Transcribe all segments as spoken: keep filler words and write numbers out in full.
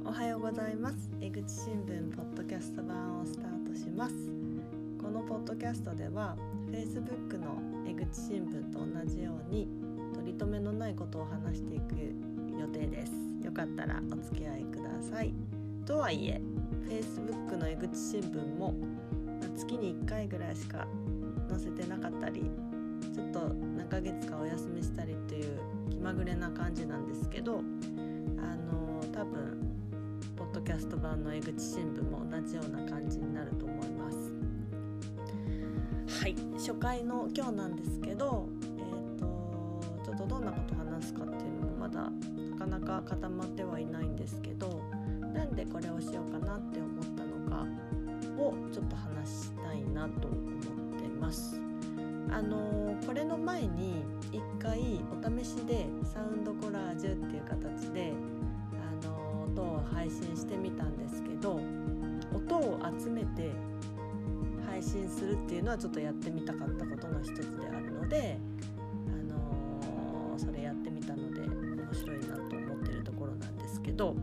おはようございます。江口新聞ポッドキャスト版をスタートします。このポッドキャストでは Facebook の江口新聞と同じように取り留めのないことを話していく予定です。よかったらお付き合いください。とはいえ Facebook の江口新聞も月にいっかいぐらいしか載せてなかったり、ちょっと何ヶ月かお休みしたりという気まぐれな感じなんですけど、あの多分ポッドキャスト版の江口新聞も同じような感じになると思います。はい、初回の今日なんですけど、えーと、ちょっとどんなことを話すかっていうのもまだなかなか固まってはいないんですけど、なんでこれをしようかなって思ったのかをちょっと話したいなと思ってます。あのこれの前に一回お試しでサウンドコラージュっていう形であの音を配信してみたんですけど、音を集めて配信するっていうのはちょっとやってみたかったことの一つであるので、あのそれやってみたので面白いなと思ってるところなんですけど、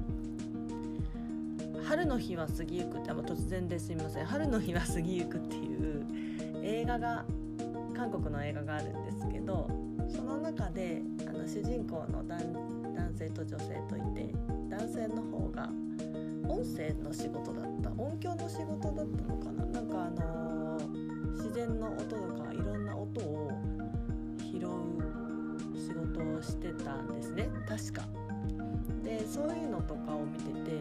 春の日は過ぎゆくって、突然ですいません春の日は過ぎゆくっていう映画が韓国の映画があるんですけど、その中であの主人公の 男, 男性と女性といて、男性の方が音声の仕事だった音響の仕事だったのかな、なんかあのー、自然の音とかいろんな音を拾う仕事をしてたんですね、確かで。そういうのとかを見てて、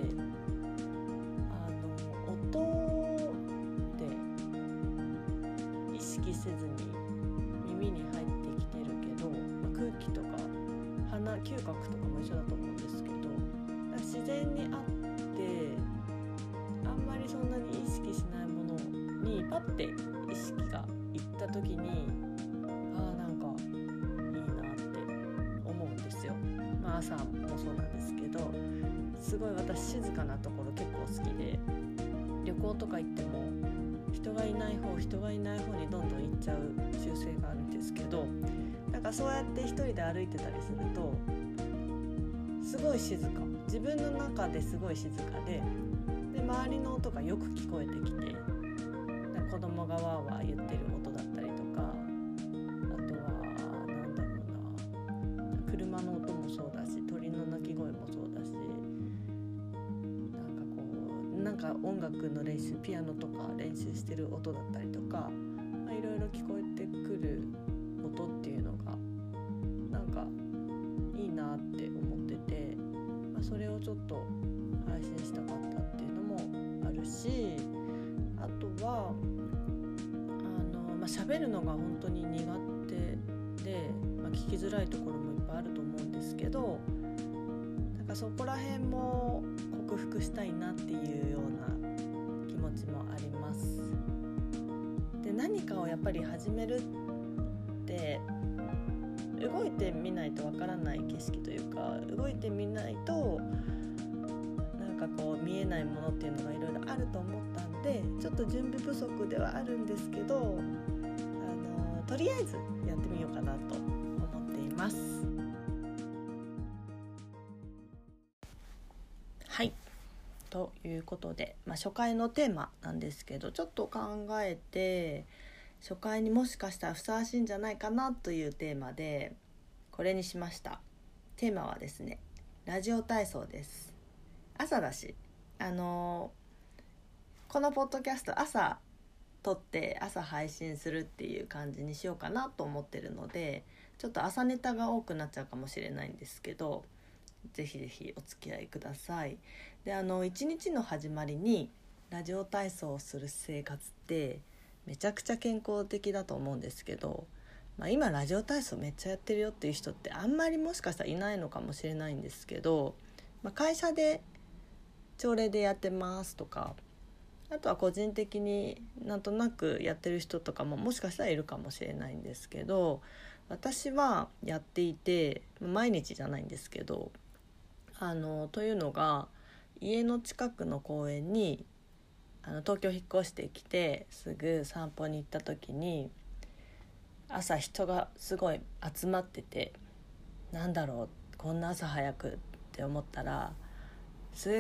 あの音って意識せずに耳に入ってきてるけど、まあ、空気とか鼻嗅覚とかも一緒だと思うんですけど、自然にあってあんまりそんなに意識しないものにパッて意識がいった時に、ああなんかいいなって思うんですよ。まあ朝もそうなんですけど、すごい私静かなところ結構好きで、旅行とか行っても人がいない方人がいない方にどんどん行っちゃう習性があるんですけど、なんかそうやって一人で歩いてたりするとすごい静か、自分の中ですごい静かで、で周りの音がよく聞こえてきて、子供がわーわー言ってる音だったりとか、あとはなんだろうな、車の音もそうだし、鳥の鳴き声もそうだし、なんかこうなんか音楽の練習、ピアノとか練習してる音だったりとか、まあ、いろいろ聞こえてくる音っていうのがなんかいいなって思ってて、まあ、それをちょっと配信したかったっていうのもあるし、あとはあの、まあ、喋るのが本当に苦手で、まあ、聞きづらいところもいっぱいあると思うんですけど、なんかそこら辺も克服したいなっていうような気持ちもあります。で、何かをやっぱり始めるって動いてみないとわからない景色というか、動いてみないとなんかこう見えないものっていうのがいろいろあると思ったんで、ちょっと準備不足ではあるんですけど、あのとりあえずやってみようかなと思っています。はい、ということで、まあ、初回のテーマなんですけど、ちょっと考えて初回にもしかしたらふさわしいんじゃないかなというテーマでこれにしました。テーマはですね、ラジオ体操です。朝だし、あのー、このポッドキャスト朝撮って朝配信するっていう感じにしようかなと思ってるので、ちょっと朝ネタが多くなっちゃうかもしれないんですけど、ぜひぜひお付き合いください。で、あの一日の始まりにラジオ体操をする生活ってめちゃくちゃ健康的だと思うんですけど、まあ、今ラジオ体操めっちゃやってるよっていう人ってあんまりもしかしたらいないのかもしれないんですけど、まあ、会社で朝礼でやってますとか、あとは個人的になんとなくやってる人とかももしかしたらいるかもしれないんですけど、私はやっていて、毎日じゃないんですけど、あのというのが家の近くの公園にあの東京引っ越してきてすぐ散歩に行った時に、朝人がすごい集まってて、なんだろうこんな朝早くって思ったら、すっ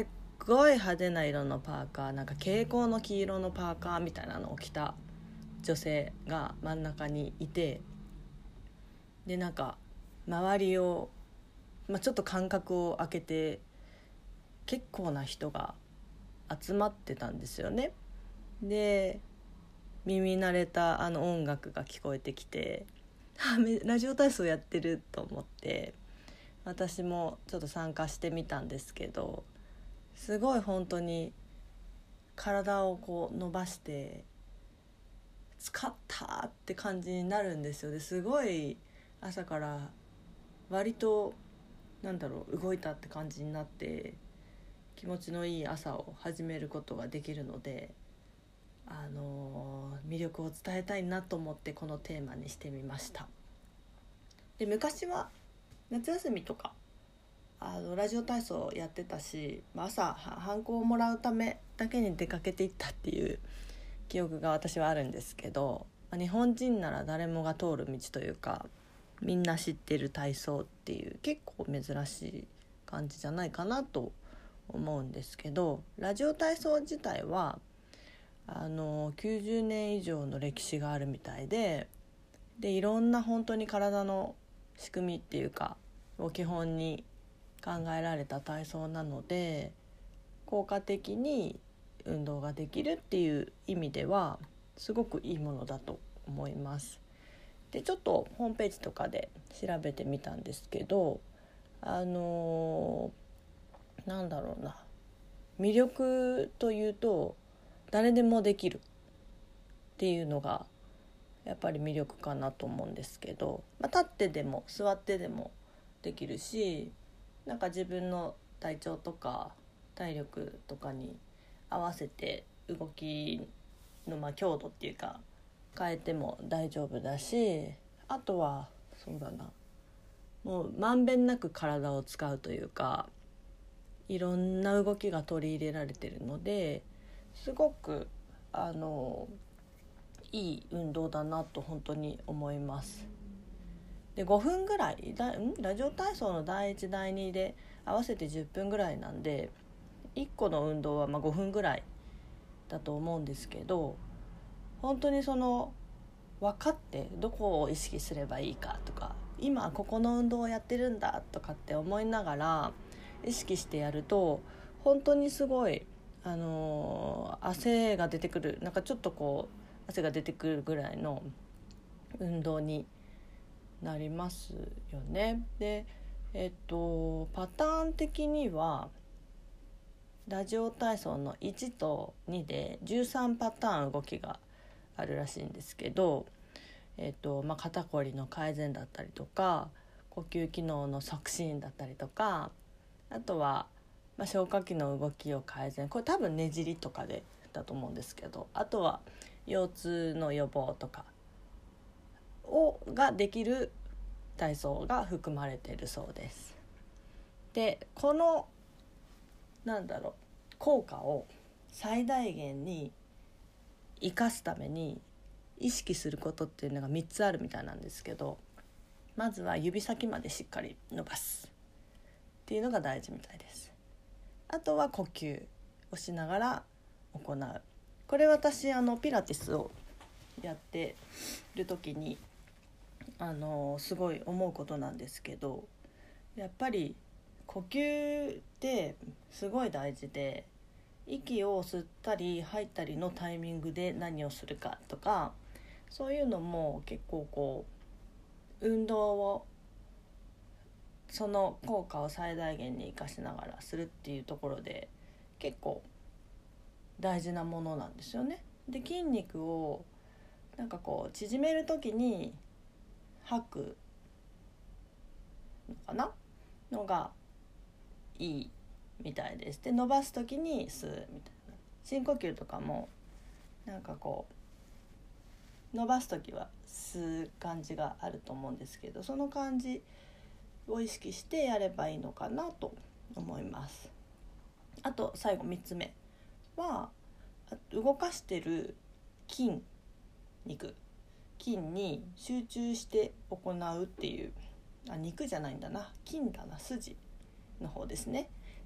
ごい派手な色のパーカー、なんか蛍光の黄色のパーカーみたいなのを着た女性が真ん中にいて、でなんか周りを、まあ、ちょっと間隔を空けて結構な人が集まってたんですよね。で耳慣れたあの音楽が聞こえてきて、あ、ラジオ体操やってると思って私もちょっと参加してみたんですけど、すごい本当に体をこう伸ばして使ったって感じになるんですよ。ですごい朝から割となんだろう動いたって感じになって気持ちのいい朝を始めることができるので、あのー、魅力を伝えたいなと思ってこのテーマにしてみました。で昔は夏休みとかあのラジオ体操やってたし、朝ハンコをもらうためだけに出かけていったっていう記憶が私はあるんですけど、日本人なら誰もが通る道というかみんな知ってる体操っていう結構珍しい感じじゃないかなと思うんですけど、ラジオ体操自体はあのきゅうじゅうねん以上の歴史があるみたいで、でいろんな本当に体の仕組みっていうかを基本に考えられた体操なので、効果的に運動ができるっていう意味ではすごくいいものだと思います。でちょっとホームページとかで調べてみたんですけど、あのー、なんだろうな魅力というと誰でもできるっていうのがやっぱり魅力かなと思うんですけど、まあ、立ってでも座ってでもできるし、なんか自分の体調とか体力とかに合わせて動きのまあ強度っていうか変えても大丈夫だし、あとはそうだなもうまんべんなく体を使うというかいろんな動きが取り入れられているのですごくあのいい運動だなと本当に思います。でごふんぐらいだんラジオ体操のだいいちだいにで合わせてじゅっぷんぐらいなんで、いっこの運動はまあごふんぐらいだと思うんですけど、本当にその分かってどこを意識すればいいかとか、今ここの運動をやってるんだとかって思いながら意識してやると本当にすごい、あのー、汗が出てくる、なんかちょっとこう汗が出てくるぐらいの運動になりますよね。でえっとパターン的にはラジオ体操のいちとにでじゅうさんパターン動きがあるらしいんですけど、えっとまあ、肩こりの改善だったりとか呼吸機能の促進だったりとか、あとは、まあ、消化器の動きを改善、これ多分ねじりとかでだと思うんですけど、あとは腰痛の予防とかをができる体操が含まれているそうです。でこのなんだろう効果を最大限に生かすために意識することっていうのがみっつあるみたいなんですけど、まずは指先までしっかり伸ばすっていうのが大事みたいです。あとは呼吸をしながら行う。これ私あのピラティスをやってる時にあのすごい思うことなんですけど、やっぱり呼吸ってすごい大事で、息を吸ったり吐いたりのタイミングで何をするかとか、そういうのも結構こう運動をその効果を最大限に生かしながらするっていうところで結構大事なものなんですよね。で筋肉をなんかこう縮めるときに吐くのかなのがいいみたいです。で伸ばすときに吸うみたいな、深呼吸とかもなんかこう伸ばすときは吸う感じがあると思うんですけど、その感じを意識してやればいいのかなと思います。あと最後みっつめは動かしてる筋肉筋に集中して行うっていう、あ肉じゃないんだな筋だな筋の方ですね。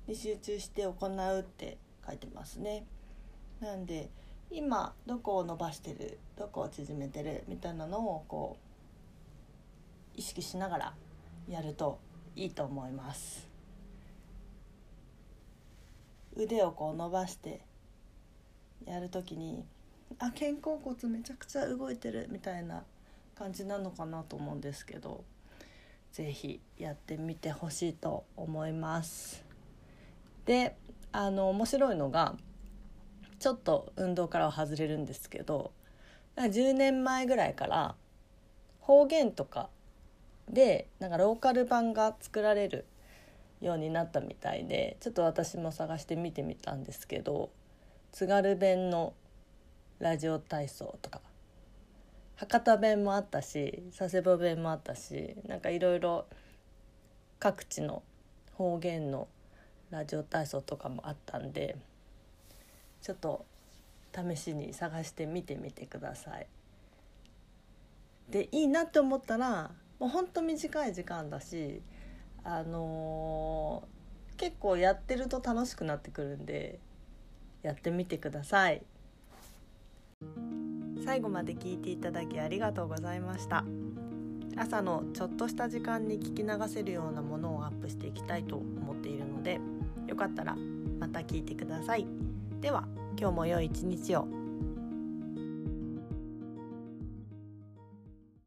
に集中して行うって書いてますね。なんで今どこを伸ばしてる、どこを縮めてるみたいなのをこう意識しながらやるといいと思います。腕をこう伸ばしてやるときに、あ、肩甲骨めちゃくちゃ動いてるみたいな感じなのかなと思うんですけど、ぜひやってみてほしいと思います。で、あの面白いのが、ちょっと運動からは外れるんですけど、じゅうねんまえぐらいから方言とかでなんかローカル版が作られるようになったみたいで、ちょっと私も探して見てみたんですけど、津軽弁のラジオ体操とか博多弁もあったし、佐世保弁もあったし、なんかいろいろ各地の方言のラジオ体操とかもあったんで、ちょっと試しに探してみてみてください。で、いいなって思ったらもうほんと短い時間だし、あのー、結構やってると楽しくなってくるんでやってみてください。最後まで聞いていただきありがとうございました。朝のちょっとした時間に聞き流せるようなものをアップしていきたいと思っているので、よかったらまた聞いてください。では今日も良い一日を。